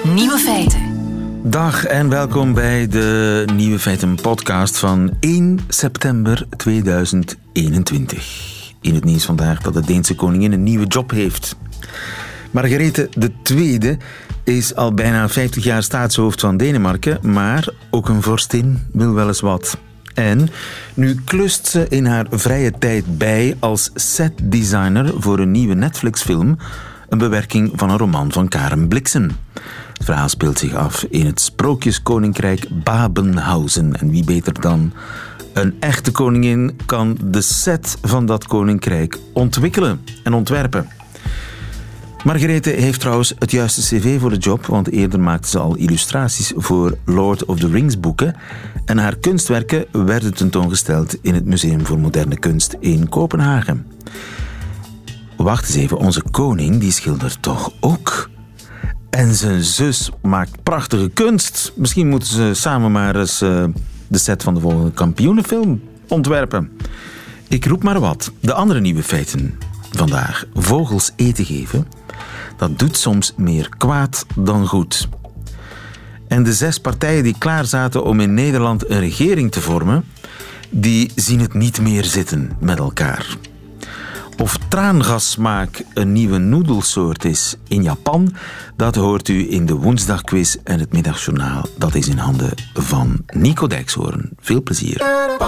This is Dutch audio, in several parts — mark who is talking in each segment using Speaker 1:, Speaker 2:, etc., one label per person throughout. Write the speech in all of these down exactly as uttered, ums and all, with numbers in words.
Speaker 1: Nieuwe Feiten.
Speaker 2: Dag en welkom bij de Nieuwe Feiten podcast van één september tweeduizend eenentwintig. In het nieuws vandaag dat de Deense koningin een nieuwe job heeft. Margrethe de Tweede is al bijna vijftig jaar staatshoofd van Denemarken, maar ook een vorstin wil wel eens wat. En nu klust ze in haar vrije tijd bij als setdesigner voor een nieuwe Netflix-film, een bewerking van een roman van Karen Blixen. Het verhaal speelt zich af in het sprookjeskoninkrijk Babenhausen. En wie beter dan een echte koningin kan de set van dat koninkrijk ontwikkelen en ontwerpen. Margrethe heeft trouwens het juiste cv voor de job, want eerder maakte ze al illustraties voor Lord of the Rings boeken en haar kunstwerken werden tentoongesteld in het Museum voor Moderne Kunst in Kopenhagen. Wacht eens even, onze koning die schildert toch ook? En zijn zus maakt prachtige kunst. Misschien moeten ze samen maar eens uh, de set van de volgende kampioenenfilm ontwerpen. Ik roep maar wat. De andere nieuwe feiten vandaag. Vogels eten geven, dat doet soms meer kwaad dan goed. En de zes partijen die klaar zaten om in Nederland een regering te vormen, die zien het niet meer zitten met elkaar. Of traangassmaak een nieuwe noedelsoort is in Japan, dat hoort u in de woensdagquiz en het middagjournaal. Dat is in handen van Nico Dijkshoorn. Veel plezier.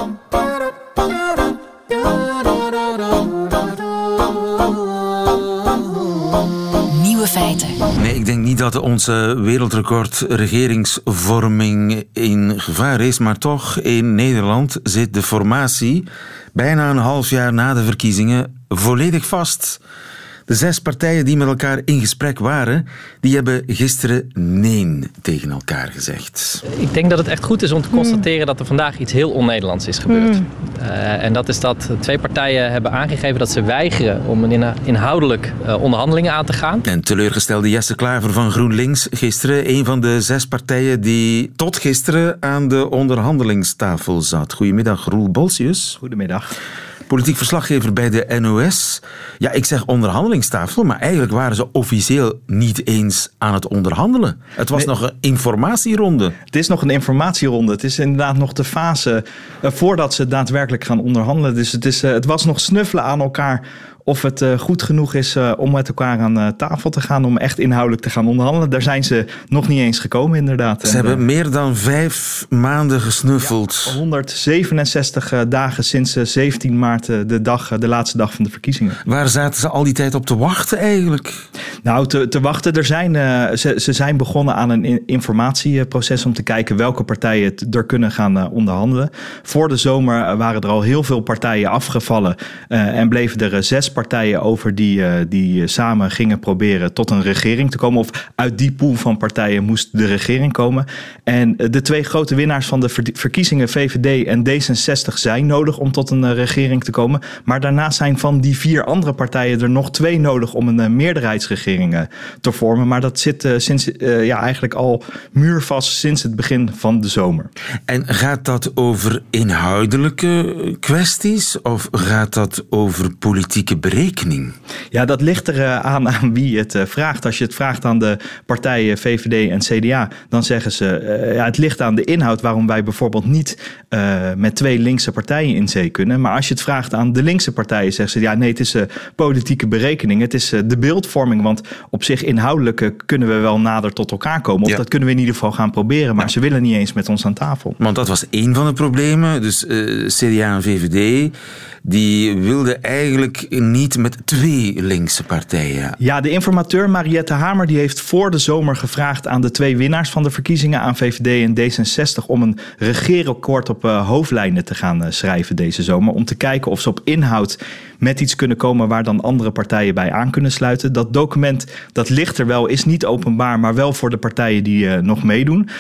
Speaker 1: Nieuwe feiten.
Speaker 2: Nee, ik denk niet dat onze wereldrecord regeringsvorming in gevaar is, maar toch, in Nederland zit de formatie bijna een half jaar na de verkiezingen volledig vast. De zes partijen die met elkaar in gesprek waren, die hebben gisteren nee tegen elkaar gezegd.
Speaker 3: Ik denk dat het echt goed is om te constateren mm. dat er vandaag iets heel on-Nederlands is gebeurd. Mm. Uh, en dat is dat twee partijen hebben aangegeven dat ze weigeren om een inhoudelijk uh, onderhandelingen aan te gaan.
Speaker 2: En teleurgestelde Jesse Klaver van GroenLinks gisteren, een van de zes partijen die tot gisteren aan de onderhandelingstafel zat. Goedemiddag, Roel Bolsius.
Speaker 4: Goedemiddag.
Speaker 2: Politiek verslaggever bij de N O S. Ja, ik zeg onderhandelingstafel, maar eigenlijk waren ze officieel niet eens aan het onderhandelen. Het was nee. nog een informatieronde.
Speaker 4: Het is nog een informatieronde. Het is inderdaad nog de fase uh, voordat ze daadwerkelijk gaan onderhandelen. Dus het, is, uh, het was nog snuffelen aan elkaar of het uh, goed genoeg is uh, om met elkaar aan uh, tafel te gaan, om echt inhoudelijk te gaan onderhandelen. Daar zijn ze nog niet eens gekomen, inderdaad.
Speaker 2: Ze en, hebben uh, meer dan vijf maanden gesnuffeld.
Speaker 4: Ja, honderdzevenenzestig uh, dagen sinds uh, zeventien maart, uh, de, dag, uh, de laatste dag van de verkiezingen.
Speaker 2: Waar zaten ze al die tijd op te wachten eigenlijk?
Speaker 4: Nou, te, te wachten. Er zijn, uh, ze, ze zijn begonnen aan een informatieproces om te kijken welke partijen het er kunnen gaan uh, onderhandelen. Voor de zomer waren er al heel veel partijen afgevallen uh, en bleven er uh, zes partijen over die, uh, die samen gingen proberen tot een regering te komen. Of uit die pool van partijen moest de regering komen. En uh, de twee grote winnaars van de ver- verkiezingen, V V D en D zesenzestig, zijn nodig om tot een uh, regering te komen. Maar daarnaast zijn van die vier andere partijen er nog twee nodig om een uh, meerderheidsregering uh, te vormen. Maar dat zit uh, sinds, uh, ja, eigenlijk al muurvast sinds het begin van de zomer.
Speaker 2: En gaat dat over inhoudelijke kwesties of gaat dat over politieke berekening?
Speaker 4: Ja, dat ligt er uh, aan, aan wie het uh, vraagt. Als je het vraagt aan de partijen V V D en C D A, dan zeggen ze, uh, ja, het ligt aan de inhoud waarom wij bijvoorbeeld niet uh, met twee linkse partijen in zee kunnen. Maar als je het vraagt aan de linkse partijen, zeggen ze, ja, nee, het is uh, politieke berekening. Het is uh, de beeldvorming, want op zich inhoudelijk uh, kunnen we wel nader tot elkaar komen. Of ja. dat kunnen we in ieder geval gaan proberen, maar ja. ze willen niet eens met ons aan tafel.
Speaker 2: Want dat was één van de problemen. Dus uh, C D A en V V D, die wilden eigenlijk niet met twee linkse partijen.
Speaker 4: Ja, de informateur Mariette Hamer die heeft voor de zomer gevraagd aan de twee winnaars van de verkiezingen, aan V V D en D zesenzestig, om een regeerakkoord op uh, hoofdlijnen te gaan uh, schrijven deze zomer. Om te kijken of ze op inhoud met iets kunnen komen waar dan andere partijen bij aan kunnen sluiten. Dat document, dat ligt er wel, is niet openbaar, maar wel voor de partijen die uh, nog meedoen.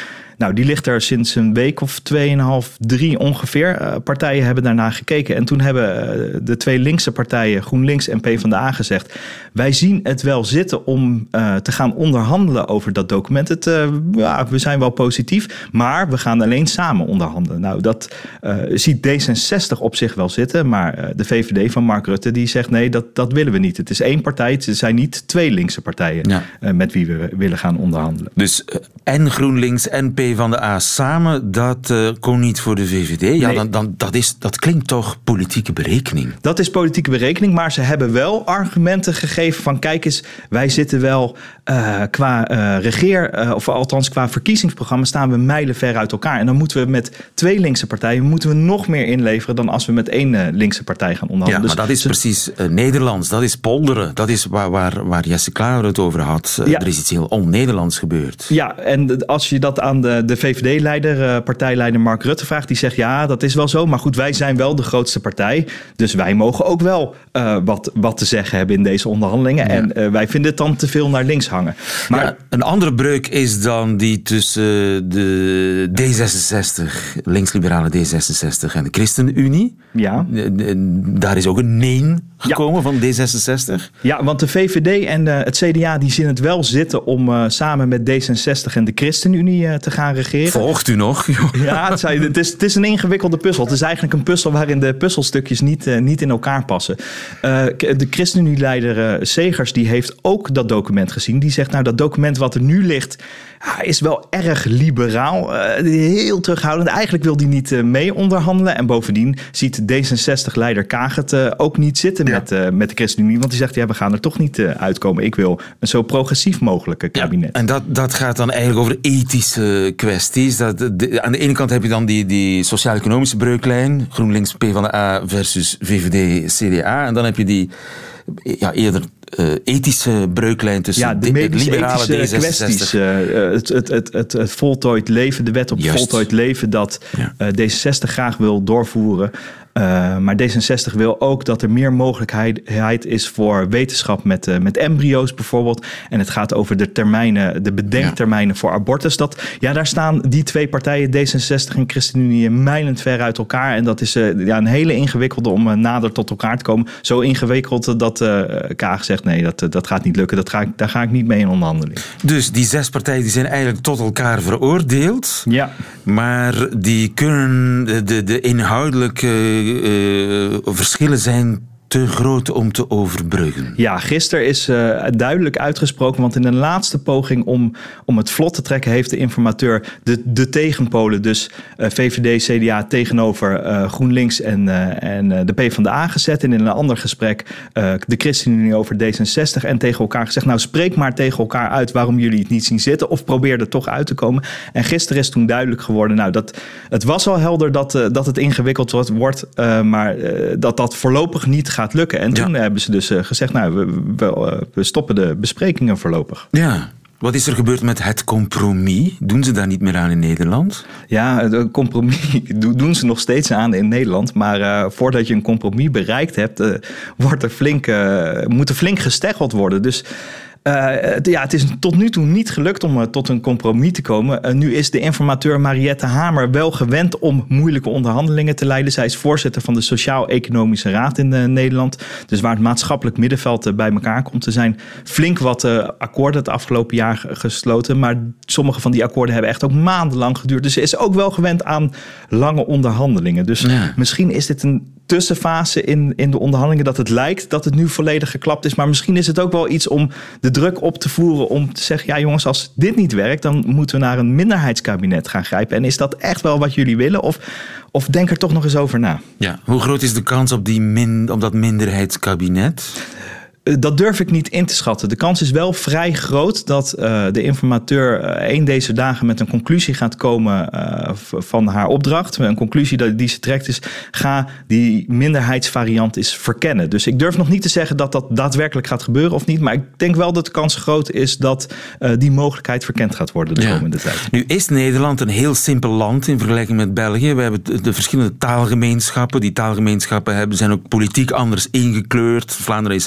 Speaker 4: Nou, die ligt er sinds een week of tweeënhalf, drie ongeveer. Uh, partijen hebben daarnaar gekeken. En toen hebben uh, de twee linkse partijen, GroenLinks en PvdA, gezegd: wij zien het wel zitten om uh, te gaan onderhandelen over dat document. Het, uh, ja, we zijn wel positief, maar we gaan alleen samen onderhandelen. Nou, dat uh, ziet D zesenzestig op zich wel zitten, maar uh, de V V D van Mark Rutte die zegt: nee, dat, dat willen we niet. Het is één partij, het zijn niet twee linkse partijen ja. uh, met wie we willen gaan onderhandelen.
Speaker 2: Dus uh, en GroenLinks en PvdA samen, dat uh, kon niet voor de V V D? Ja, nee. dan, dan, dat, is, dat klinkt toch politieke berekening?
Speaker 4: Dat is politieke berekening, maar ze hebben wel argumenten gegeven van: kijk eens, wij zitten wel uh, qua uh, regeer, uh, of althans qua verkiezingsprogramma staan we mijlenver uit elkaar. En dan moeten we met twee linkse partijen moeten we nog meer inleveren dan als we met één uh, linkse partij gaan onderhandelen.
Speaker 2: Ja, maar
Speaker 4: dus,
Speaker 2: dat is precies uh, Nederlands, dat is polderen. Dat is waar, waar, waar Jesse Klaver het over had. Uh, ja. Er is iets heel on-Nederlands gebeurd.
Speaker 4: Ja, en als je dat aan de, de V V D-leider, uh, partijleider Mark Rutte vraagt, die zegt: ja, dat is wel zo, maar goed, wij zijn wel de grootste partij, dus wij mogen ook wel uh, wat, wat te zeggen hebben in deze onderhandelingen. Ja. En uh, wij vinden het dan te veel naar links hangen. Maar
Speaker 2: ja, een andere breuk is dan die tussen de D zesenzestig, links-liberale D zesenzestig en de ChristenUnie.
Speaker 4: Ja.
Speaker 2: Daar is ook een nee gekomen ja. van D zesenzestig.
Speaker 4: Ja, want de V V D en uh, het C D A die zien het wel zitten om uh, samen met D zesenzestig en de ChristenUnie uh, te gaan regeren.
Speaker 2: Volgt u nog?
Speaker 4: Ja, het, zei, het, is, het is een ingewikkelde puzzel. Het is eigenlijk een puzzel waarin de puzzelstukjes niet, uh, niet in elkaar passen. Uh, de ChristenUnie-leider uh, Segers die heeft ook dat document gezien. Die zegt: nou, dat document wat er nu ligt ja, is wel erg liberaal. Uh, heel terughoudend. Eigenlijk wil die niet uh, mee onderhandelen. En bovendien ziet D zesenzestig-leider Kaag het uh, ook niet zitten ja. met, uh, met de ChristenUnie. Want die zegt: ja, we gaan er toch niet uh, uitkomen. Ik wil een zo progressief mogelijke kabinet.
Speaker 2: Ja, en dat, dat gaat dan eigenlijk over ethische kwesties. Dat, de, aan de ene kant heb je dan die, die sociaal-economische breuklijn. GroenLinks, PvdA versus V V D, C D A. En dan heb je die ja, eerder uh, ethische breuklijn tussen
Speaker 4: ja, de medische,
Speaker 2: de liberale
Speaker 4: ethische
Speaker 2: D zesenzestig.
Speaker 4: Kwesties. Uh, het, het, het, het, het voltooid leven, de wet op Just. voltooid leven, dat ja. uh, D zesenzestig graag wil doorvoeren. Uh, maar D zesenzestig wil ook dat er meer mogelijkheid is voor wetenschap met, uh, met embryo's bijvoorbeeld. En het gaat over de termijnen, de bedenktermijnen ja. voor abortus. Dat, ja, daar staan die twee partijen, D zesenzestig en ChristenUnie, mijlend ver uit elkaar. En dat is uh, ja, een hele ingewikkelde om uh, nader tot elkaar te komen. Zo ingewikkeld dat uh, Kaag zegt: nee, dat, uh, dat gaat niet lukken. Dat ga ik, daar ga ik niet mee in onderhandeling.
Speaker 2: Dus die zes partijen die zijn eigenlijk tot elkaar veroordeeld.
Speaker 4: Ja.
Speaker 2: Maar die kunnen de, de inhoudelijke Uh, verschillen zijn te groot om te overbruggen.
Speaker 4: Ja, gisteren is uh, duidelijk uitgesproken, want in een laatste poging om, om het vlot te trekken heeft de informateur de, de tegenpolen, dus uh, V V D, C D A tegenover uh, GroenLinks en, uh, en uh, de PvdA gezet. En in een ander gesprek uh, de ChristenUnie over D zesenzestig en tegen elkaar gezegd: nou, spreek maar tegen elkaar uit waarom jullie het niet zien zitten of probeer er toch uit te komen. En gisteren is toen duidelijk geworden, nou, dat het was al helder dat, uh, dat het ingewikkeld wordt, wordt uh, maar uh, dat dat voorlopig niet gaat lukken. En toen ja. hebben ze dus uh, gezegd: nou, we, we, we stoppen de besprekingen voorlopig.
Speaker 2: Ja. Wat is er gebeurd met het compromis? Doen ze daar niet meer aan in Nederland?
Speaker 4: Ja, het compromis doen ze nog steeds aan in Nederland. Maar uh, voordat je een compromis bereikt hebt, uh, wordt er flink, uh, moet er flink gesteggeld worden. Dus Uh, ja, het is tot nu toe niet gelukt om uh, tot een compromis te komen. Uh, nu is de informateur Mariette Hamer wel gewend om moeilijke onderhandelingen te leiden. Zij is voorzitter van de Sociaal-Economische Raad in uh, Nederland. Dus waar het maatschappelijk middenveld uh, bij elkaar komt. Er zijn flink wat uh, akkoorden het afgelopen jaar gesloten. Maar sommige van die akkoorden hebben echt ook maandenlang geduurd. Dus ze is ook wel gewend aan lange onderhandelingen. Dus ja. misschien is dit een tussenfase in, in de onderhandelingen dat het lijkt dat het nu volledig geklapt is. Maar misschien is het ook wel iets om de druk op te voeren om te zeggen: ja jongens, als dit niet werkt, dan moeten we naar een minderheidskabinet gaan grijpen. En is dat echt wel wat jullie willen? Of, of denk er toch nog eens over na.
Speaker 2: Ja, hoe groot is de kans op, die min, op dat minderheidskabinet?
Speaker 4: Dat durf ik niet in te schatten. De kans is wel vrij groot dat uh, de informateur uh, een deze dagen met een conclusie gaat komen uh, van haar opdracht. Een conclusie die ze trekt is: ga die minderheidsvariant eens verkennen. Dus ik durf nog niet te zeggen dat dat daadwerkelijk gaat gebeuren of niet. Maar ik denk wel dat de kans groot is dat uh, die mogelijkheid verkend gaat worden de ja. komende tijd.
Speaker 2: Nu is Nederland een heel simpel land in vergelijking met België. We hebben de, de verschillende taalgemeenschappen. Die taalgemeenschappen hebben, zijn ook politiek anders ingekleurd. Vlaanderen is rechtser.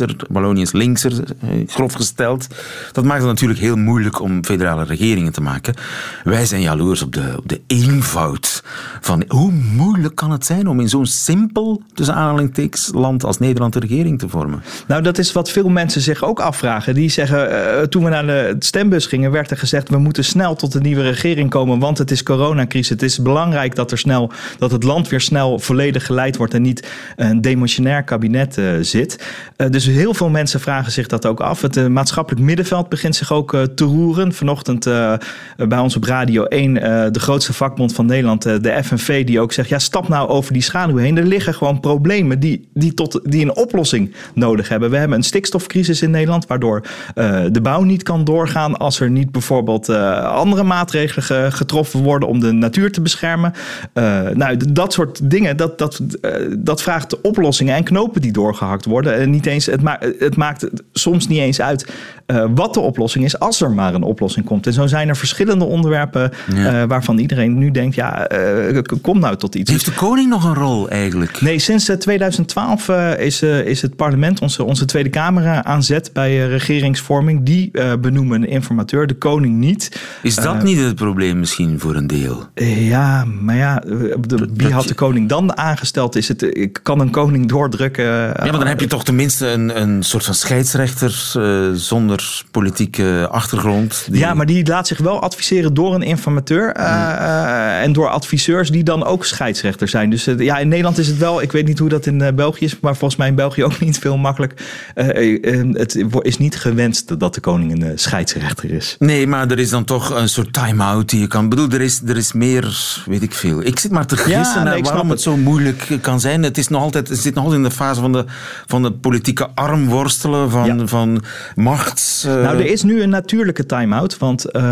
Speaker 2: rechtser, Wallonië is linkser, grof gesteld. Dat maakt het natuurlijk heel moeilijk om federale regeringen te maken. Wij zijn jaloers op de, op de eenvoud van hoe moeilijk kan het zijn om in zo'n simpel, tussen aanhalingstekens, land als Nederland een regering te vormen.
Speaker 4: Nou, dat is wat veel mensen zich ook afvragen. Die zeggen, uh, toen we naar de stembus gingen, werd er gezegd, we moeten snel tot een nieuwe regering komen, want het is coronacrisis. Het is belangrijk dat er snel, dat het land weer snel volledig geleid wordt en niet een demissionair kabinet uh, zit. Uh, dus heel veel mensen vragen zich dat ook af. Het uh, maatschappelijk middenveld begint zich ook uh, te roeren. Vanochtend uh, bij ons op Radio één, uh, de grootste vakbond van Nederland, uh, de F N V, die ook zegt, ja, stap nou over die schaduw heen. Er liggen gewoon problemen die, die, tot, die een oplossing nodig hebben. We hebben een stikstofcrisis in Nederland, waardoor uh, de bouw niet kan doorgaan als er niet bijvoorbeeld uh, andere maatregelen ge, getroffen worden om de natuur te beschermen. Uh, nou, dat soort dingen, dat, dat, uh, dat vraagt oplossingen en knopen die doorgehakt worden. En niet eens, het, ma- het maakt soms niet eens uit uh, wat de oplossing is, als er maar een oplossing komt. En zo zijn er verschillende onderwerpen ja. uh, waarvan iedereen nu denkt, ja, uh, kom nou tot iets.
Speaker 2: Heeft de koning nog een rol eigenlijk?
Speaker 4: Nee, sinds uh, twintig twaalf uh, is, uh, is het parlement, onze, onze Tweede Kamer, uh, aan zet bij uh, regeringsvorming. Die uh, benoemen een informateur, de koning niet.
Speaker 2: Is dat uh, niet het probleem misschien voor een deel?
Speaker 4: Uh, ja, maar ja, de, wie had de koning dan aangesteld? Is het, ik kan een koning doordrukken? Uh,
Speaker 2: ja, maar dan heb je toch tenminste een, een soort van scheidsrechter uh, zonder politieke achtergrond.
Speaker 4: Die... Ja, maar die laat zich wel adviseren door een informateur uh, uh, en door adviseurs die dan ook scheidsrechter zijn. Dus uh, ja, in Nederland is het wel, ik weet niet hoe dat in uh, België is, maar volgens mij in België ook niet veel makkelijk. Uh, uh, het is niet gewenst dat de koning een uh, scheidsrechter is.
Speaker 2: Nee, maar er is dan toch een soort time-out die je kan... Ik bedoel, er is, er is meer, weet ik veel. Ik zit maar te gissen ja, nee, waarom het. het zo moeilijk kan zijn. Het, is nog altijd, het zit nog altijd in de fase van de, van de politieke armworstelen, van, ja. van machts... Uh...
Speaker 4: Nou, er is nu een natuurlijke time-out, want uh,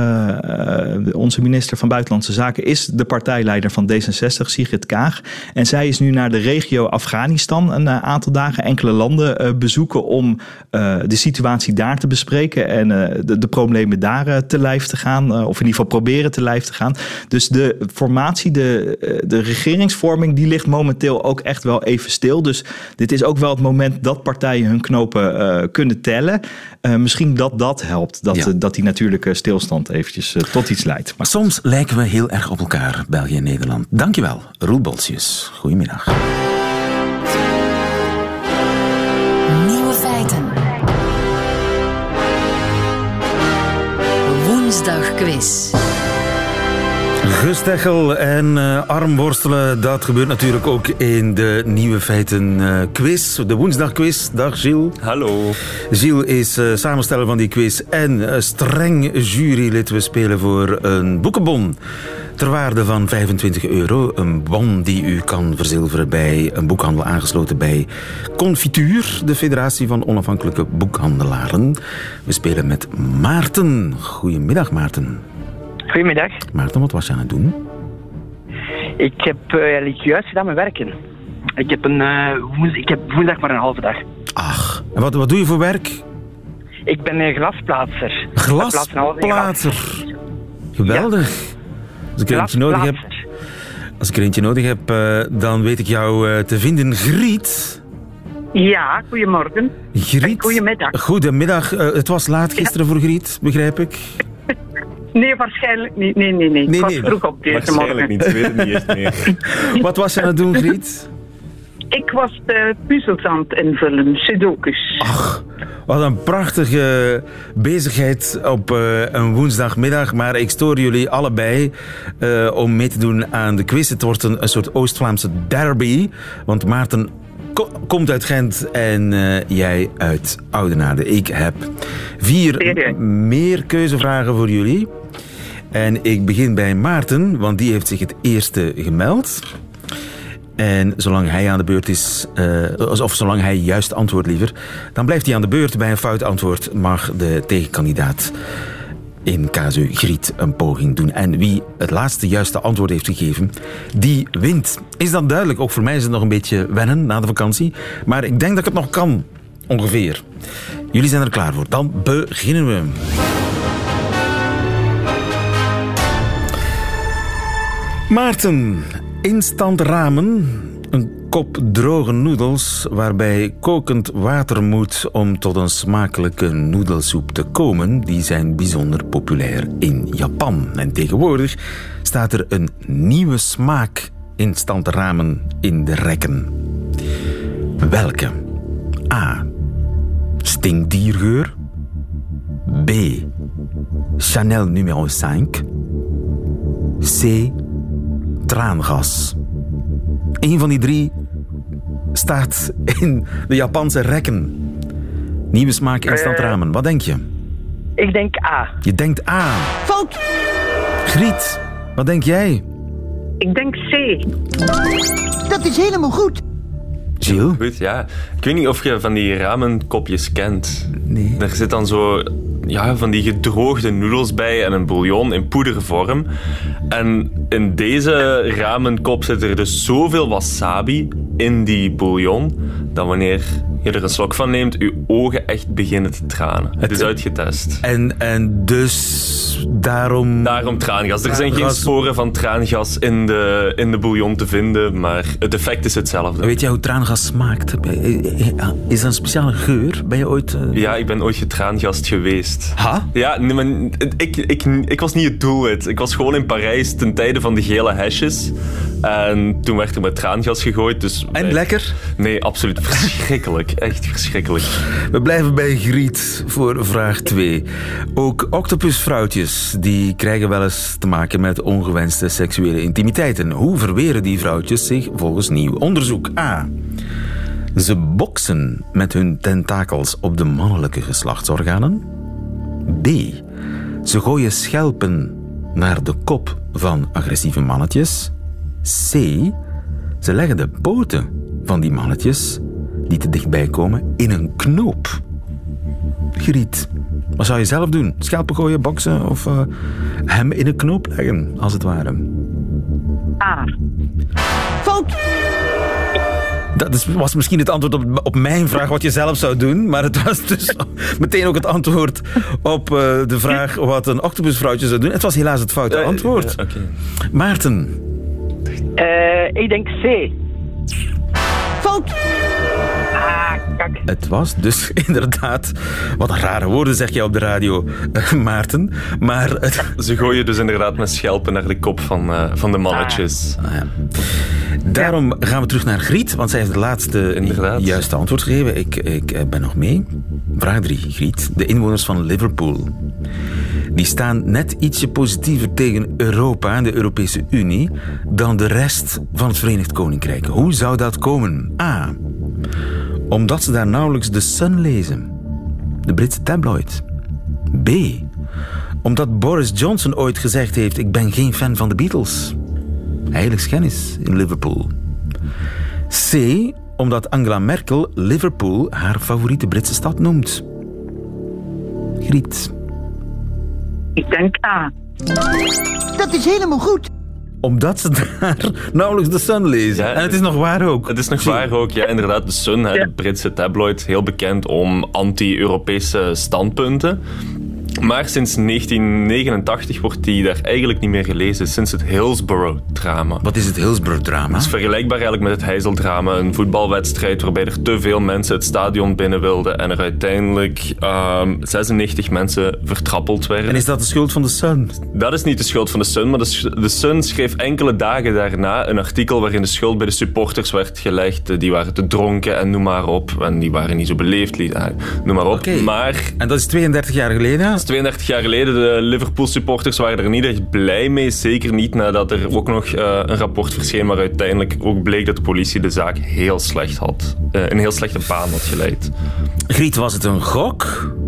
Speaker 4: uh, onze minister van Buitenlandse Zaken is de partijleider van D zesenzestig, Sigrid Kaag. En zij is nu naar de regio Afghanistan een uh, aantal dagen, enkele landen uh, bezoeken om uh, de situatie daar te bespreken en uh, de, de problemen daar uh, te lijf te gaan, uh, of in ieder geval proberen te lijf te gaan. Dus de formatie, de, uh, de regeringsvorming, die ligt momenteel ook echt wel even stil. Dus dit is ook wel het moment dat partijen hun knopen uh, kunnen tellen. Uh, misschien dat dat helpt, dat, ja. uh, dat die natuurlijke stilstand eventjes uh, tot iets leidt. Maar
Speaker 2: soms lijken we heel erg op elkaar, België en Nederland. Dankjewel, Roel Bolsius. Goedemiddag.
Speaker 1: Nieuwe feiten. Woensdagquiz.
Speaker 2: Gesteggel en uh, armworstelen, dat gebeurt natuurlijk ook in de Nieuwe Feiten uh, quiz. De woensdagquiz. Dag Gilles.
Speaker 5: Hallo.
Speaker 2: Gilles is uh, samensteller van die quiz en uh, streng jurylid. We spelen voor een boekenbon ter waarde van vijfentwintig euro. Een bon die u kan verzilveren bij een boekhandel aangesloten bij Confituur, de Federatie van Onafhankelijke Boekhandelaren. We spelen met Maarten. Goedemiddag, Maarten.
Speaker 6: Goedemiddag.
Speaker 2: Maarten, wat was je aan het doen?
Speaker 6: Ik heb uh, juist gedaan met werken. Ik heb, een, uh, woens- ik heb woensdag maar een halve dag.
Speaker 2: Ach, en wat, wat doe je voor werk?
Speaker 6: Ik ben een glasplaatser.
Speaker 2: Glasplaatser? Geweldig. Ja. Als ik er eentje nodig heb, als ik er eentje nodig heb, uh, dan weet ik jou uh, te vinden. Griet.
Speaker 7: Ja, goedemorgen.
Speaker 2: Griet.
Speaker 7: Goedemiddag.
Speaker 2: Goedemiddag. Uh, het was laat gisteren ja. voor Griet, begrijp ik.
Speaker 7: Nee, waarschijnlijk niet. Nee, nee, nee.
Speaker 2: nee
Speaker 7: ik was
Speaker 2: nee.
Speaker 7: vroeg op deze
Speaker 5: waarschijnlijk
Speaker 7: morgen.
Speaker 5: Waarschijnlijk niet, ze weten niet eens meer.
Speaker 2: Wat was je aan het doen, Griet?
Speaker 7: Ik was de puzzels aan het invullen, sudokus.
Speaker 2: Ach, wat een prachtige bezigheid op uh, een woensdagmiddag. Maar ik stoor jullie allebei uh, om mee te doen aan de quiz. Het wordt een, een soort Oost-Vlaamse derby. Want Maarten ko- komt uit Gent en uh, jij uit Oudenaarde. Ik heb vier m- meer keuzevragen voor jullie. En ik begin bij Maarten, want die heeft zich het eerste gemeld. En zolang hij aan de beurt is, uh, of zolang hij juist antwoordt liever, dan blijft hij aan de beurt. Bij een fout antwoord mag de tegenkandidaat in casu Griet een poging doen. En wie het laatste juiste antwoord heeft gegeven, die wint. Is dat duidelijk? Ook voor mij is het nog een beetje wennen na de vakantie. Maar ik denk dat ik het nog kan, ongeveer. Jullie zijn er klaar voor. Dan beginnen we. Maarten, instant ramen Een kop droge noedels waarbij kokend water moet om tot een smakelijke noedelsoep te komen, die zijn bijzonder populair in Japan. En tegenwoordig staat er een nieuwe smaak instant ramen in de rekken. Welke? A. Stinkdiergeur. B. Chanel numero vijf. C. Traangas. Eén van die drie staat in de Japanse rekken. Nieuwe smaak instant ramen. Wat denk je?
Speaker 6: Ik denk A.
Speaker 2: Je denkt A.
Speaker 8: Fout!
Speaker 2: Griet, wat denk jij?
Speaker 7: Ik denk C.
Speaker 8: Dat is helemaal goed.
Speaker 2: Gilles?
Speaker 5: Goed, ja. Ik weet niet of je van die ramenkopjes kent.
Speaker 2: Nee.
Speaker 5: Daar zit dan zo ja, van die gedroogde noedels bij en een bouillon in poedervorm. En in deze ramenkop zit er dus zoveel wasabi in die bouillon dat wanneer je er een slok van neemt, je ogen echt beginnen te tranen. Het is uitgetest.
Speaker 2: En, en dus daarom...
Speaker 5: Daarom traangas. Er zijn geen
Speaker 2: Traangas.
Speaker 5: sporen van traangas in de, in de bouillon te vinden, maar het effect is hetzelfde.
Speaker 2: Weet jij hoe traangas smaakt? Is er een speciale geur? Ben je ooit... Uh...
Speaker 5: Ja, ik ben ooit getraangast geweest.
Speaker 2: Ha?
Speaker 5: Ja, nee, maar ik, ik, ik was niet het doelwit. Ik was gewoon in Parijs ten tijde van de gele hesjes. En toen werd er met traangas gegooid. Dus
Speaker 2: En
Speaker 5: wij-
Speaker 2: lekker?
Speaker 5: Nee, absoluut verschrikkelijk. Echt verschrikkelijk.
Speaker 2: We blijven bij Griet voor vraag twee. Ook octopusvrouwtjes die krijgen wel eens te maken met ongewenste seksuele intimiteiten. Hoe verweren die vrouwtjes zich volgens nieuw onderzoek? A. Ze boksen met hun tentakels op de mannelijke geslachtsorganen. B. Ze gooien schelpen naar de kop van agressieve mannetjes. C. Ze leggen de poten van die mannetjes die te dichtbij komen in een knoop. Griet, wat zou je zelf doen? Schelpen gooien, boksen of uh, hem in een knoop leggen, als het ware?
Speaker 7: A.
Speaker 8: Fout!
Speaker 2: Dat is, was misschien het antwoord op, op mijn vraag wat je zelf zou doen, maar het was dus meteen ook het antwoord op uh, de vraag wat een octopusvrouwtje zou doen. Het was helaas het foute antwoord.
Speaker 5: Ja, oké.
Speaker 2: Maarten,
Speaker 6: Eh, ik denk C.
Speaker 8: Fout!
Speaker 6: Ah, kak.
Speaker 2: het was dus inderdaad... Wat een rare woorden zeg jij op de radio, uh, Maarten. Maar het,
Speaker 5: Ze gooien dus inderdaad met schelpen naar de kop van, uh, van de mannetjes.
Speaker 2: Ah, ja. Daarom gaan we terug naar Griet, want zij heeft het laatste
Speaker 5: Inderdaad.
Speaker 2: juiste antwoord gegeven. Ik, ik eh, ben nog mee. Vraag drie, Griet. De inwoners van Liverpool. Die staan net ietsje positiever tegen Europa en de Europese Unie dan de rest van het Verenigd Koninkrijk. Hoe zou dat komen? A. Omdat ze daar nauwelijks The Sun lezen. De Britse tabloid. B. Omdat Boris Johnson ooit gezegd heeft: ik ben geen fan van de Beatles. Heiligschennis in Liverpool. C. Omdat Angela Merkel Liverpool haar favoriete Britse stad noemt. Griet.
Speaker 7: Ik denk A.
Speaker 8: Dat is helemaal goed.
Speaker 2: Omdat ze daar nauwelijks The Sun lezen.
Speaker 5: Ja,
Speaker 2: en het is nog waar ook.
Speaker 5: Het is nog waar ook, ja, inderdaad. De Sun, hè, de Britse tabloid, heel bekend om anti-Europese standpunten. Maar sinds negentien negenentachtig wordt die daar eigenlijk niet meer gelezen. Sinds het Hillsborough-drama.
Speaker 2: Wat is het Hillsborough-drama?
Speaker 5: Het is vergelijkbaar eigenlijk met het Heizel-drama. Een voetbalwedstrijd waarbij er te veel mensen het stadion binnen wilden en er uiteindelijk um, zesennegentig mensen vertrappeld werden.
Speaker 2: En is dat de schuld van The Sun?
Speaker 5: Dat is niet de schuld van de Sun, maar de, de Sun schreef enkele dagen daarna een artikel waarin de schuld bij de supporters werd gelegd. Die waren te dronken en noem maar op. En die waren niet zo beleefd, noem maar op.
Speaker 2: Okay.
Speaker 5: Maar...
Speaker 2: En dat is tweeëndertig jaar geleden?
Speaker 5: tweeëndertig jaar geleden, de Liverpool-supporters waren er niet echt blij mee. Zeker niet nadat er ook nog uh, een rapport verscheen waar uiteindelijk ook bleek dat de politie de zaak heel slecht had. Uh, een heel slechte baan had geleid.
Speaker 2: Griet, was het een gok?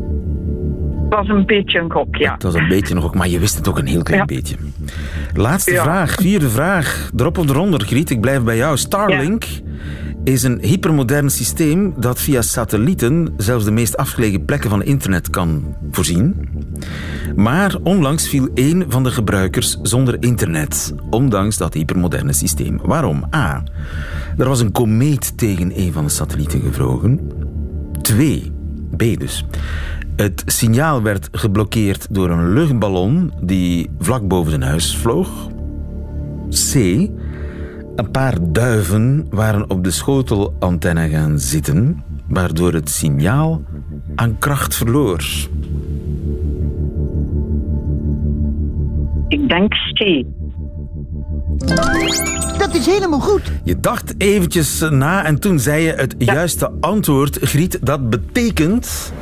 Speaker 7: Het was een beetje een gok, ja.
Speaker 2: Het was een beetje een gok, maar je wist het ook een heel klein
Speaker 7: Ja.
Speaker 2: beetje. Laatste
Speaker 7: Ja.
Speaker 2: vraag, vierde vraag. Erop of eronder, Griet, ik blijf bij jou. Starlink is een hypermodern systeem dat via satellieten zelfs de meest afgelegen plekken van internet kan voorzien. Maar onlangs viel één van de gebruikers zonder internet, ondanks dat hypermoderne systeem. Waarom? A. Er was een komeet tegen een van de satellieten gevlogen. Twee. B dus. Het signaal werd geblokkeerd door een luchtballon die vlak boven zijn huis vloog. C. Een paar duiven waren op de schotelantenne gaan zitten, waardoor het signaal aan kracht verloor.
Speaker 7: Ik denk C.
Speaker 8: Dat is helemaal goed.
Speaker 2: Je dacht eventjes na en toen zei je het
Speaker 7: Ja.
Speaker 2: juiste antwoord. Griet, dat betekent...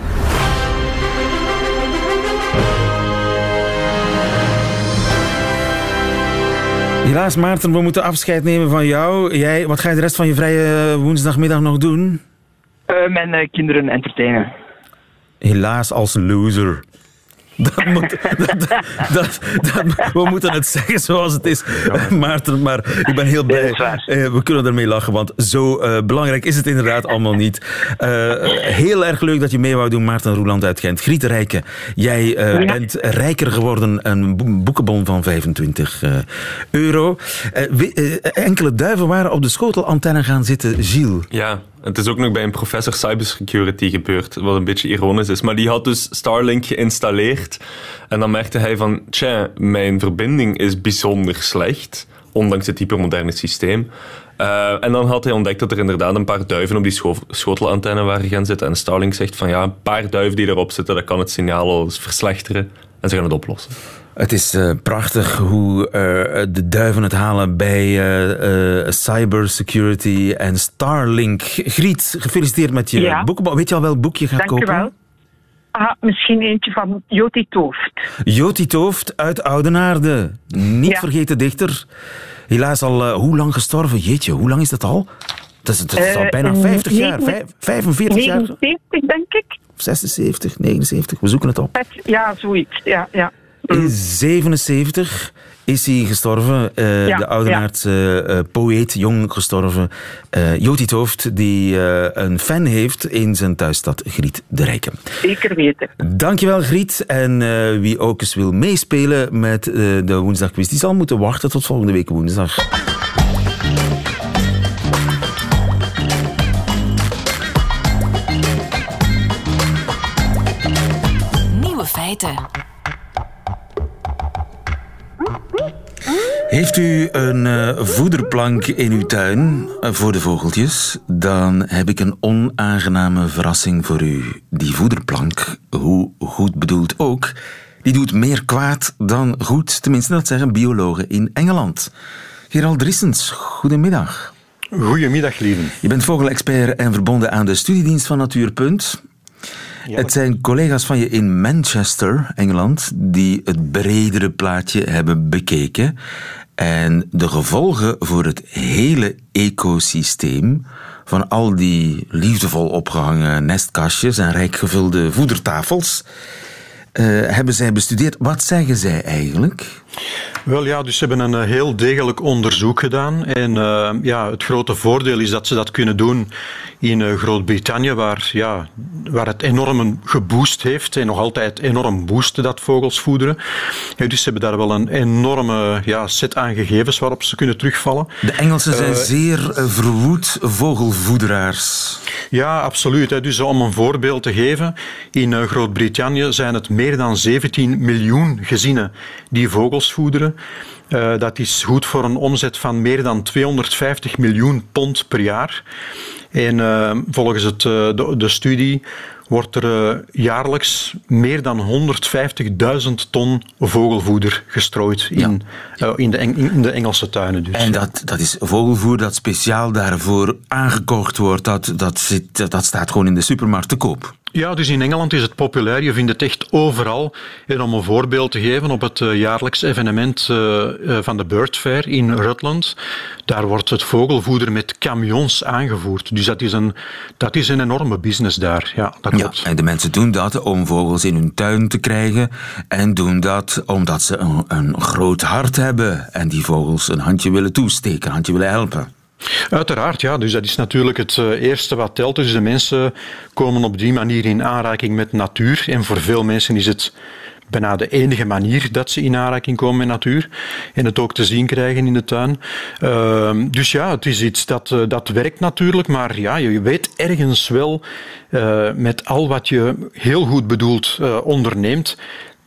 Speaker 2: Helaas, Maarten, we moeten afscheid nemen van jou. Jij, wat ga je de rest van je vrije woensdagmiddag nog doen?
Speaker 6: Uh, mijn uh, kinderen entertainen.
Speaker 2: Helaas als loser. Dat moet, dat, dat, dat, we moeten het zeggen zoals het is, ja. Maarten. Maar ik ben heel blij. Uh, we kunnen ermee lachen, want zo uh, belangrijk is het inderdaad allemaal niet. Uh, heel erg leuk dat je mee wou doen, Maarten Roeland uit Gent. Griet Rijke, jij uh, ja. bent rijker geworden. Een boekenbon van vijfentwintig euro. Uh, we, uh, enkele duiven waren op de schotelantenne gaan zitten, Gilles.
Speaker 5: Ja. Het is ook nog bij een professor cybersecurity gebeurd, wat een beetje ironisch is. Maar die had dus Starlink geïnstalleerd. En dan merkte hij van, tja, mijn verbinding is bijzonder slecht, ondanks het hypermoderne systeem. Uh, en dan had hij ontdekt dat er inderdaad een paar duiven op die scho- schotelantenne waren gaan zitten. En Starlink zegt van, ja, een paar duiven die erop zitten, dat kan het signaal al eens verslechteren. En ze gaan het oplossen.
Speaker 2: Het is uh, prachtig hoe uh, de duiven het halen bij uh, uh, cybersecurity en Starlink. Griet, gefeliciteerd met je ja. boek. Weet je al welk boek je gaat
Speaker 7: Dank
Speaker 2: kopen?
Speaker 7: Dank je wel. Ah, misschien eentje van Joti Tooft.
Speaker 2: Joti Tooft uit Oudenaarde. Niet ja. vergeten dichter. Helaas al uh, hoe lang gestorven? Jeetje, hoe lang is dat al? Dat is, dat is al uh, bijna vijftig jaar, vijfenveertig jaar.
Speaker 7: negenenzeventig, denk ik.
Speaker 2: zesenzeventig, negenenzeventig, we zoeken het op.
Speaker 7: Ja, zoiets, ja, ja.
Speaker 2: In zevenenzeventig is hij gestorven, uh, ja, de Oudenaardse uh, poëet, jong gestorven. Uh, Joti Tooft, die uh, een fan heeft in zijn thuisstad Griet de Rijke.
Speaker 7: Zeker weten.
Speaker 2: Dankjewel, Griet. En uh, wie ook eens wil meespelen met uh, de woensdagquiz, die zal moeten wachten tot volgende week woensdag.
Speaker 1: Nieuwe feiten.
Speaker 2: Heeft u een uh, voederplank in uw tuin uh, voor de vogeltjes? Dan heb ik een onaangename verrassing voor u. Die voederplank, hoe goed bedoeld ook, die doet meer kwaad dan goed. Tenminste, dat zeggen biologen in Engeland. Gerald Drissens, goedemiddag.
Speaker 9: Goedemiddag, lieve.
Speaker 2: Je bent vogelexpert en verbonden aan de studiedienst van Natuurpunt. Ja. Het zijn collega's van je in Manchester, Engeland, die het bredere plaatje hebben bekeken en de gevolgen voor het hele ecosysteem van al die liefdevol opgehangen nestkastjes en rijk gevulde voedertafels uh, hebben zij bestudeerd. Wat zeggen zij eigenlijk?
Speaker 9: Wel ja, dus ze hebben een heel degelijk onderzoek gedaan. En uh, ja, het grote voordeel is dat ze dat kunnen doen in uh, Groot-Brittannië, waar, ja, waar het enorm geboost heeft en nog altijd enorm boosten, dat vogels voederen. Ja, dus ze hebben daar wel een enorme ja, set aan gegevens waarop ze kunnen terugvallen.
Speaker 2: De Engelsen zijn uh, zeer uh, verwoed vogelvoederaars.
Speaker 9: Ja, absoluut. Hè. Dus om een voorbeeld te geven, in uh, Groot-Brittannië zijn het meer dan zeventien miljoen gezinnen die vogels voederen. Uh, dat is goed voor een omzet van meer dan tweehonderdvijftig miljoen pond per jaar. En uh, volgens het, uh, de, de studie wordt er uh, jaarlijks meer dan honderdvijftigduizend ton vogelvoeder gestrooid in, ja. uh, in, de, in de Engelse tuinen. Dus.
Speaker 2: En dat, dat is vogelvoer dat speciaal daarvoor aangekocht wordt. Dat, dat, zit, dat staat gewoon in de supermarkt te koop.
Speaker 9: Ja, dus in Engeland is het populair. Je vindt het echt overal. En om een voorbeeld te geven, op het uh, jaarlijks evenement uh, uh, van de Bird Fair in Rutland, daar wordt het vogelvoeder met camions aangevoerd. Dus dat is een, dat is een enorme business daar. Ja, dat klopt.
Speaker 2: Ja, en de mensen doen dat om vogels in hun tuin te krijgen en doen dat omdat ze een, een groot hart hebben en die vogels een handje willen toesteken, een handje willen helpen.
Speaker 9: Uiteraard, ja. Dus dat is natuurlijk het uh, eerste wat telt. Dus de mensen komen op die manier in aanraking met natuur. En voor veel mensen is het bijna de enige manier dat ze in aanraking komen met natuur. En het ook te zien krijgen in de tuin. Uh, dus ja, het is iets dat, uh, dat werkt natuurlijk. Maar ja, je weet ergens wel, uh, met al wat je heel goed bedoeld uh, onderneemt,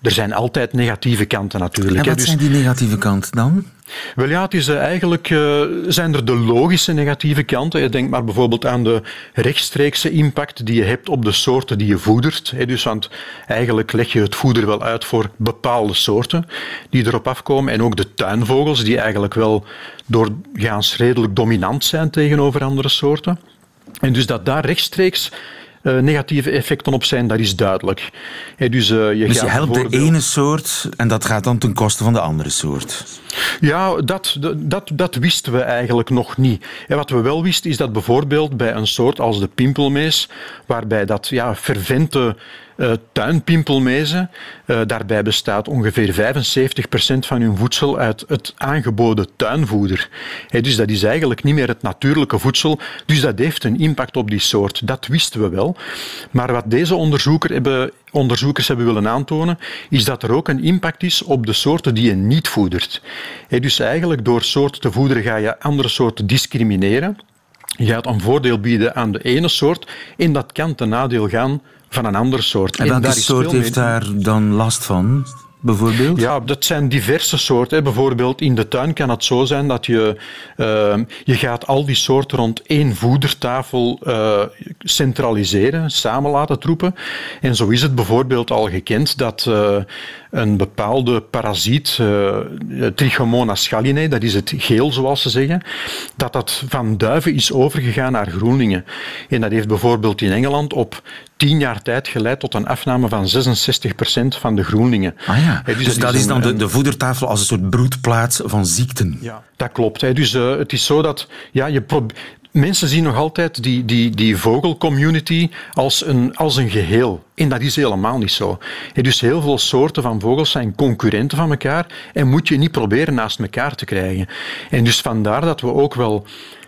Speaker 9: er zijn altijd negatieve kanten natuurlijk.
Speaker 2: En wat
Speaker 9: dus,
Speaker 2: zijn die negatieve kanten dan?
Speaker 9: Wel ja, het is uh, eigenlijk uh, zijn er de logische negatieve kanten. Je denkt maar bijvoorbeeld aan de rechtstreekse impact die je hebt op de soorten die je voedert. Hè, dus, want eigenlijk leg je het voeder wel uit voor bepaalde soorten die erop afkomen. En ook de tuinvogels, die eigenlijk wel doorgaans redelijk dominant zijn tegenover andere soorten. En dus dat daar rechtstreeks Uh, negatieve effecten op zijn, dat is duidelijk. Hey, dus uh, je,
Speaker 2: dus
Speaker 9: gaat
Speaker 2: je helpt
Speaker 9: bijvoorbeeld...
Speaker 2: de ene soort en dat gaat dan ten koste van de andere soort?
Speaker 9: Ja, dat, dat, dat wisten we eigenlijk nog niet. En wat we wel wisten is dat bijvoorbeeld bij een soort als de pimpelmees, waarbij dat ja, fervente uh, tuinpimpelmezen, uh, daarbij bestaat ongeveer vijfenzeventig procent van hun voedsel uit het aangeboden tuinvoeder. Hey, dus dat is eigenlijk niet meer het natuurlijke voedsel, dus dat heeft een impact op die soort. Dat wisten we wel. Maar wat deze onderzoeker hebben, onderzoekers hebben willen aantonen, is dat er ook een impact is op de soorten die je niet voedert. Hey, dus eigenlijk door soorten te voederen ga je andere soorten discrimineren. Je gaat een voordeel bieden aan de ene soort en dat kan ten nadeel gaan van een andere soort.
Speaker 2: En welke soort heeft daar dan last van? Bijvoorbeeld?
Speaker 9: Ja, dat zijn diverse soorten. Bijvoorbeeld in de tuin kan het zo zijn dat je, uh, je gaat al die soorten rond één voedertafel uh, centraliseren, samen laten troepen. En zo is het bijvoorbeeld al gekend dat uh, een bepaalde parasiet, uh, Trichomonas gallinae, dat is het geel zoals ze zeggen, dat dat van duiven is overgegaan naar groenlingen. En dat heeft bijvoorbeeld in Engeland op tien jaar tijd geleid tot een afname van zesenzestig procent van de groenlingen.
Speaker 2: Ah ja, dus, dus dat, dat is, is dan een, de, de voedertafel als een soort broedplaats van ziekten.
Speaker 9: Ja, dat klopt. Hè. Dus uh, het is zo dat ja, je probeert... Mensen zien nog altijd die, die, die vogelcommunity als een, als een geheel. En dat is helemaal niet zo. En dus heel veel soorten van vogels zijn concurrenten van elkaar en moet je niet proberen naast elkaar te krijgen. En dus vandaar dat we ook wel...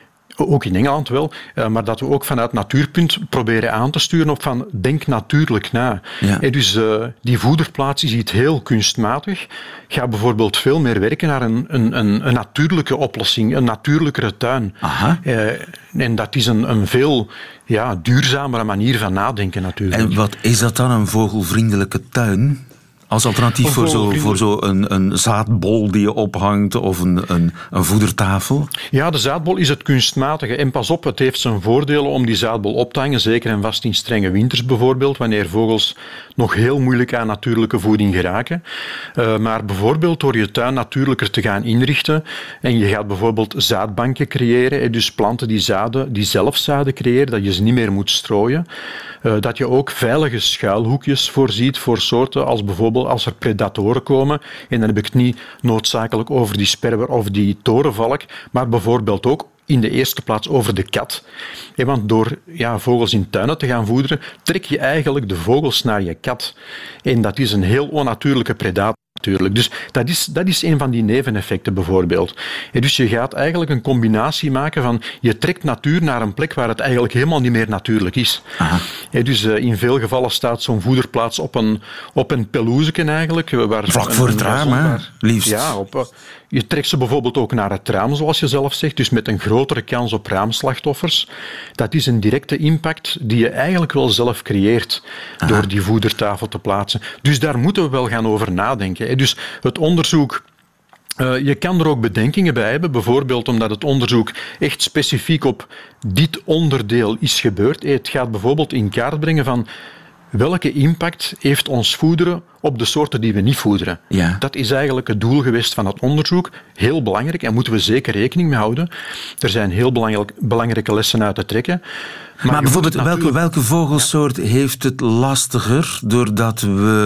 Speaker 9: Ook in Engeland wel, maar dat we ook vanuit Natuurpunt proberen aan te sturen op van denk natuurlijk na. Ja. En dus uh, die voederplaats is iets heel kunstmatig. Ga bijvoorbeeld veel meer werken naar een, een, een, een natuurlijke oplossing, een natuurlijkere tuin.
Speaker 2: Aha.
Speaker 9: Uh, en dat is een, een veel ja, duurzamere manier van nadenken natuurlijk.
Speaker 2: En wat is dat dan, een vogelvriendelijke tuin? Als alternatief voor zo'n voor zo een, een zaadbol die je ophangt of een, een, een voedertafel?
Speaker 9: Ja, de zaadbol is het kunstmatige. En pas op, het heeft zijn voordelen om die zaadbol op te hangen. Zeker en vast in strenge winters bijvoorbeeld, wanneer vogels nog heel moeilijk aan natuurlijke voeding geraken. Uh, maar bijvoorbeeld door je tuin natuurlijker te gaan inrichten en je gaat bijvoorbeeld zaadbanken creëren, en dus planten die, zaden, die zelf zaden creëren, dat je ze niet meer moet strooien. Uh, dat je ook veilige schuilhoekjes voorziet voor soorten als bijvoorbeeld als er predatoren komen, en dan heb ik het niet noodzakelijk over die sperwer of die torenvalk, maar bijvoorbeeld ook in de eerste plaats over de kat. Ja, want door ja, vogels in tuinen te gaan voederen, trek je eigenlijk de vogels naar je kat. En dat is een heel onnatuurlijke predator. Natuurlijk. Dus dat is, dat is een van die neveneffecten bijvoorbeeld. En dus je gaat eigenlijk een combinatie maken van je trekt natuur naar een plek waar het eigenlijk helemaal niet meer natuurlijk is. En dus uh, in veel gevallen staat zo'n voederplaats op een, op een pelouzeken eigenlijk. Waar
Speaker 2: Vlak
Speaker 9: een,
Speaker 2: voor het raam, hè? Liefst.
Speaker 9: Ja, op, uh, je trekt ze bijvoorbeeld ook naar het raam, zoals je zelf zegt, dus met een grotere kans op raamslachtoffers. Dat is een directe impact die je eigenlijk wel zelf creëert Aha. door die voedertafel te plaatsen. Dus daar moeten we wel gaan over nadenken. Dus het onderzoek, uh, je kan er ook bedenkingen bij hebben, bijvoorbeeld omdat het onderzoek echt specifiek op dit onderdeel is gebeurd. Het gaat bijvoorbeeld in kaart brengen van welke impact heeft ons voederen op de soorten die we niet voederen.
Speaker 2: Ja.
Speaker 9: Dat is eigenlijk het doel geweest van het onderzoek. Heel belangrijk, en moeten we zeker rekening mee houden. Er zijn heel belangrijk, belangrijke lessen uit te trekken.
Speaker 2: Maar, maar bijvoorbeeld, natuurlijk... welke, welke vogelsoort ja. heeft het lastiger doordat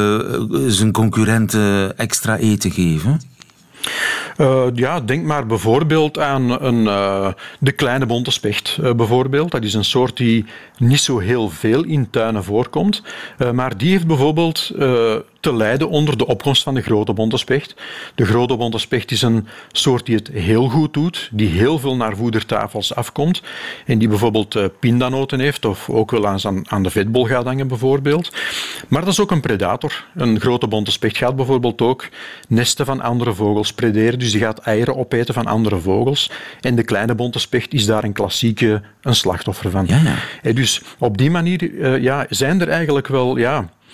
Speaker 2: we zijn concurrenten extra eten geven?
Speaker 9: Uh, ja, denk maar bijvoorbeeld aan een, uh, de kleine bonte specht. Uh, bijvoorbeeld. Dat is een soort die niet zo heel veel in tuinen voorkomt. Uh, maar die heeft bijvoorbeeld uh, te lijden onder de opkomst van de grote bonte specht. De grote bonte specht is een soort die het heel goed doet, die heel veel naar voedertafels afkomt en die bijvoorbeeld uh, pindanoten heeft of ook wel aan, aan de vetbol gaat hangen bijvoorbeeld. Maar dat is ook een predator. Een grote bonte specht gaat bijvoorbeeld ook nesten van andere vogels prederen, dus die gaat eieren opeten van andere vogels. En de kleine bonte specht is daar een klassieke een slachtoffer van.
Speaker 2: Ja, ja.
Speaker 9: En dus op die manier uh, ja, zijn er eigenlijk wel... Ja,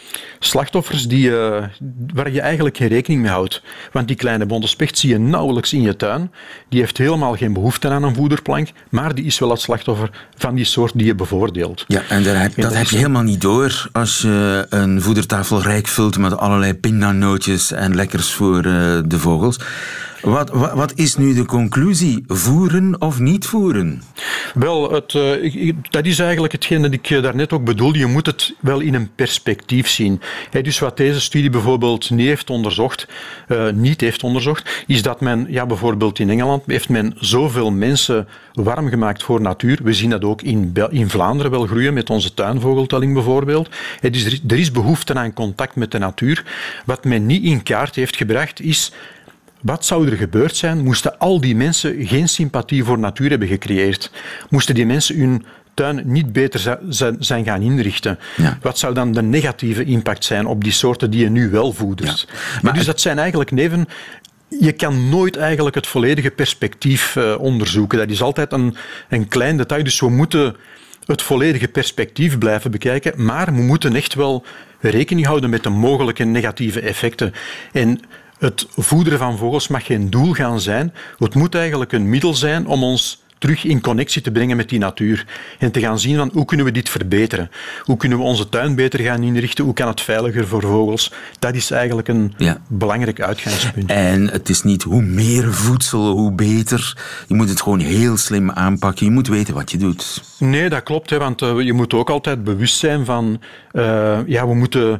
Speaker 9: slachtoffers die, uh, waar je eigenlijk geen rekening mee houdt. Want die kleine bonte specht zie je nauwelijks in je tuin. Die heeft helemaal geen behoefte aan een voederplank, maar die is wel het slachtoffer van die soort die je bevoordeelt.
Speaker 2: Ja, en daar heb, dat, dat heb je helemaal niet door als je een voedertafel rijk vult met allerlei pindanootjes en lekkers voor uh, de vogels. Wat, wat, wat is nu de conclusie? Voeren of niet voeren?
Speaker 9: Wel, het, uh, dat is eigenlijk hetgeen dat ik daarnet ook bedoelde. Je moet het wel in een perspectief zien. Hey, dus wat deze studie bijvoorbeeld niet heeft onderzocht, uh, niet heeft onderzocht, is dat men, ja, bijvoorbeeld in Engeland, heeft men zoveel mensen warm gemaakt voor natuur. We zien dat ook in, in Vlaanderen wel groeien met onze tuinvogeltelling bijvoorbeeld. Hey, dus er, er is behoefte aan contact met de natuur. Wat men niet in kaart heeft gebracht is: wat zou er gebeurd zijn, moesten al die mensen geen sympathie voor natuur hebben gecreëerd? Moesten die mensen hun tuin niet beter zijn gaan inrichten? Ja. Wat zou dan de negatieve impact zijn op die soorten die je nu wel voedert? Ja. Maar dus dat zijn eigenlijk neven. Je kan nooit eigenlijk het volledige perspectief uh, onderzoeken. Dat is altijd een, een klein detail. Dus we moeten het volledige perspectief blijven bekijken, maar we moeten echt wel rekening houden met de mogelijke negatieve effecten. En het voederen van vogels mag geen doel gaan zijn. Het moet eigenlijk een middel zijn om ons terug in connectie te brengen met die natuur. En te gaan zien van hoe kunnen we dit verbeteren? Hoe kunnen we onze tuin beter gaan inrichten? Hoe kan het veiliger voor vogels? Dat is eigenlijk een ja. belangrijk uitgangspunt.
Speaker 2: En het is niet hoe meer voedsel, hoe beter. Je moet het gewoon heel slim aanpakken. Je moet weten wat je doet.
Speaker 9: Nee, dat klopt. Hè, want uh, je moet ook altijd bewust zijn van Uh, ja, we moeten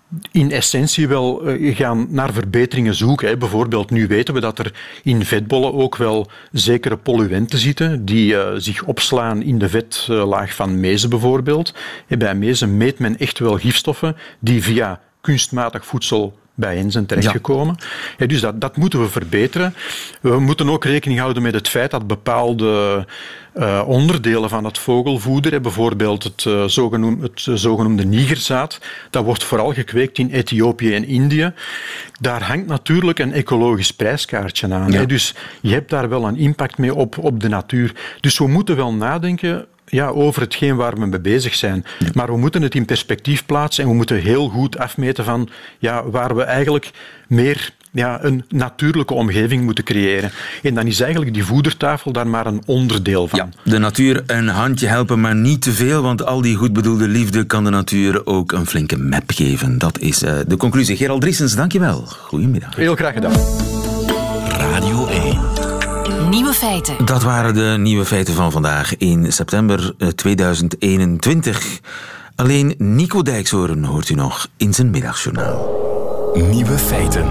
Speaker 9: in essentie wel uh, gaan naar verbeteringen zoeken. Hè. Bijvoorbeeld, nu weten we dat er in vetbollen ook wel zekere polluenten zitten die uh, zich opslaan in de vetlaag van mezen bijvoorbeeld. En bij mezen meet men echt wel gifstoffen die via kunstmatig voedsel bij hen zijn terechtgekomen. Ja. Ja, dus dat, dat moeten we verbeteren. We moeten ook rekening houden met het feit dat bepaalde uh, onderdelen van het vogelvoeder, bijvoorbeeld het, uh, zogenoemde, het uh, zogenoemde nigerzaad, dat wordt vooral gekweekt in Ethiopië en Indië. Daar hangt natuurlijk een ecologisch prijskaartje aan. Ja. Hè? Dus je hebt daar wel een impact mee op, op de natuur. Dus we moeten wel nadenken Ja, over hetgeen waar we mee bezig zijn. Maar we moeten het in perspectief plaatsen en we moeten heel goed afmeten van ja, waar we eigenlijk meer ja, een natuurlijke omgeving moeten creëren. En dan is eigenlijk die voedertafel daar maar een onderdeel van.
Speaker 2: Ja, de natuur een handje helpen, maar niet te veel, want al die goed bedoelde liefde kan de natuur ook een flinke map geven. Dat is uh, de conclusie. Gerald Driessens, dankjewel. Goedemiddag.
Speaker 9: Heel graag gedaan.
Speaker 1: Radio één. Nieuwe feiten.
Speaker 2: Dat waren de nieuwe feiten van vandaag in september tweeduizend eenentwintig. Alleen Nico Dijkshoorn hoort u nog in zijn middagjournaal.
Speaker 1: Nieuwe feiten.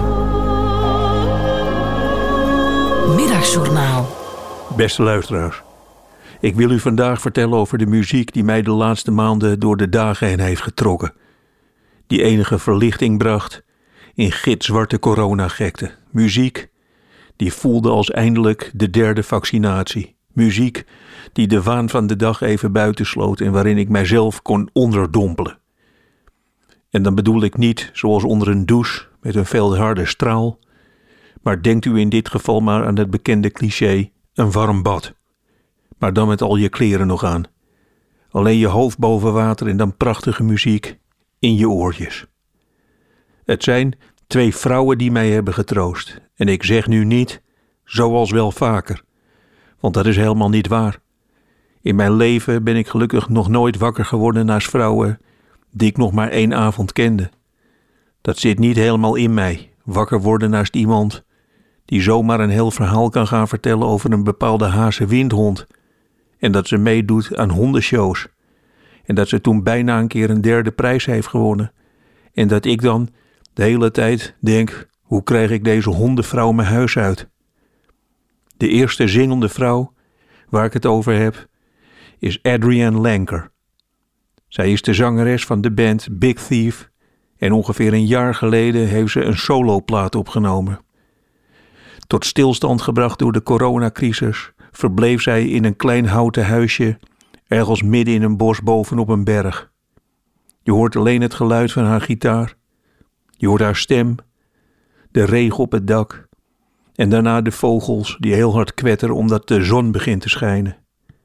Speaker 1: Middagjournaal.
Speaker 10: Beste luisteraars, ik wil u vandaag vertellen over de muziek die mij de laatste maanden door de dagen heen heeft getrokken. Die enige verlichting bracht in gitzwarte coronagekte. Muziek die voelde als eindelijk de derde vaccinatie. Muziek die de waan van de dag even buitensloot en waarin ik mijzelf kon onderdompelen. En dan bedoel ik niet zoals onder een douche met een veel harde straal, maar denkt u in dit geval maar aan het bekende cliché, een warm bad. Maar dan met al je kleren nog aan. Alleen je hoofd boven water en dan prachtige muziek in je oortjes. Het zijn twee vrouwen die mij hebben getroost. En ik zeg nu niet, zoals wel vaker. Want dat is helemaal niet waar. In mijn leven ben ik gelukkig nog nooit wakker geworden naast vrouwen die ik nog maar één avond kende. Dat zit niet helemaal in mij, wakker worden naast iemand die zomaar een heel verhaal kan gaan vertellen over een bepaalde hazenwindhond. En dat ze meedoet aan hondenshows. En dat ze toen bijna een keer een derde prijs heeft gewonnen. En dat ik dan de hele tijd denk, hoe krijg ik deze hondenvrouw mijn huis uit? De eerste zingende vrouw waar ik het over heb is Adrienne Lenker. Zij is de zangeres van de band Big Thief en ongeveer een jaar geleden heeft ze een soloplaat opgenomen. Tot stilstand gebracht door de coronacrisis verbleef zij in een klein houten huisje ergens midden in een bos bovenop een berg. Je hoort alleen het geluid van haar gitaar. Je hoort haar stem, de regen op het dak en daarna de vogels die heel hard kwetteren omdat de zon begint te schijnen.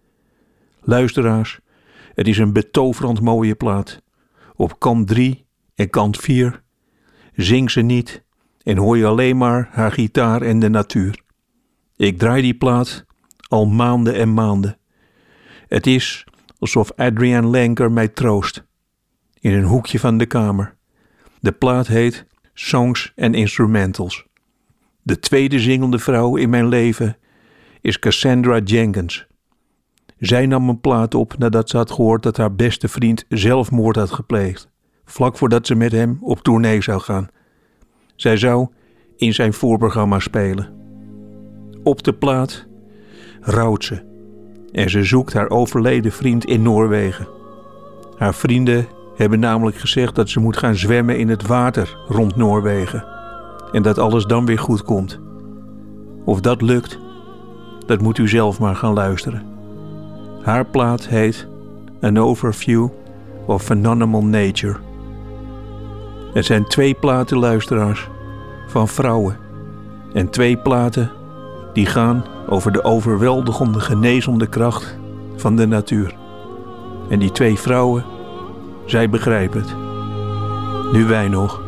Speaker 10: Luisteraars, het is een betoverend mooie plaat. Op kant drie En kant vier, zing ze niet en hoor je alleen maar haar gitaar en de natuur. Ik draai die plaat al maanden en maanden. Het is alsof Adrienne Lenker mij troost. In een hoekje van de kamer. De plaat heet Songs and Instrumentals. De tweede zingende vrouw in mijn leven is Cassandra Jenkins. Zij nam een plaat op nadat ze had gehoord dat haar beste vriend zelfmoord had gepleegd. Vlak voordat ze met hem op tournee zou gaan. Zij zou in zijn voorprogramma spelen. Op de plaat rouwt ze. En ze zoekt haar overleden vriend in Noorwegen. Haar vrienden hebben namelijk gezegd dat ze moet gaan zwemmen in het water rond Noorwegen. En dat alles dan weer goed komt. Of dat lukt, dat moet u zelf maar gaan luisteren. Haar plaat heet An Overview of Phenomenal Nature. Het zijn twee platen, luisteraars, van vrouwen. En twee platen die gaan over de overweldigende genezende kracht van de natuur. En die twee vrouwen, zij begrijpen het. Nu wij nog.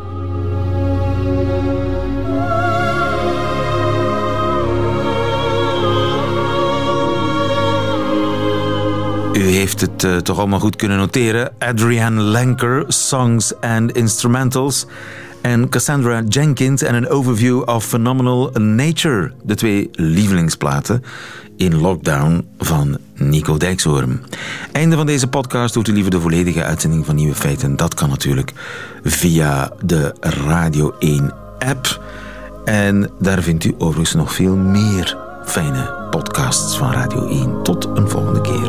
Speaker 2: U heeft het uh, toch allemaal goed kunnen noteren. Adrienne Lenker, Songs and Instrumentals. En Cassandra Jenkins en een overview of Phenomenal Nature. De twee lievelingsplaten in lockdown van Nico Dijkshoorn. Einde van deze podcast. Doet u liever de volledige uitzending van Nieuwe Feiten. Dat kan natuurlijk via de Radio één app. En daar vindt u overigens nog veel meer fijne podcasts van Radio één. Tot een volgende keer.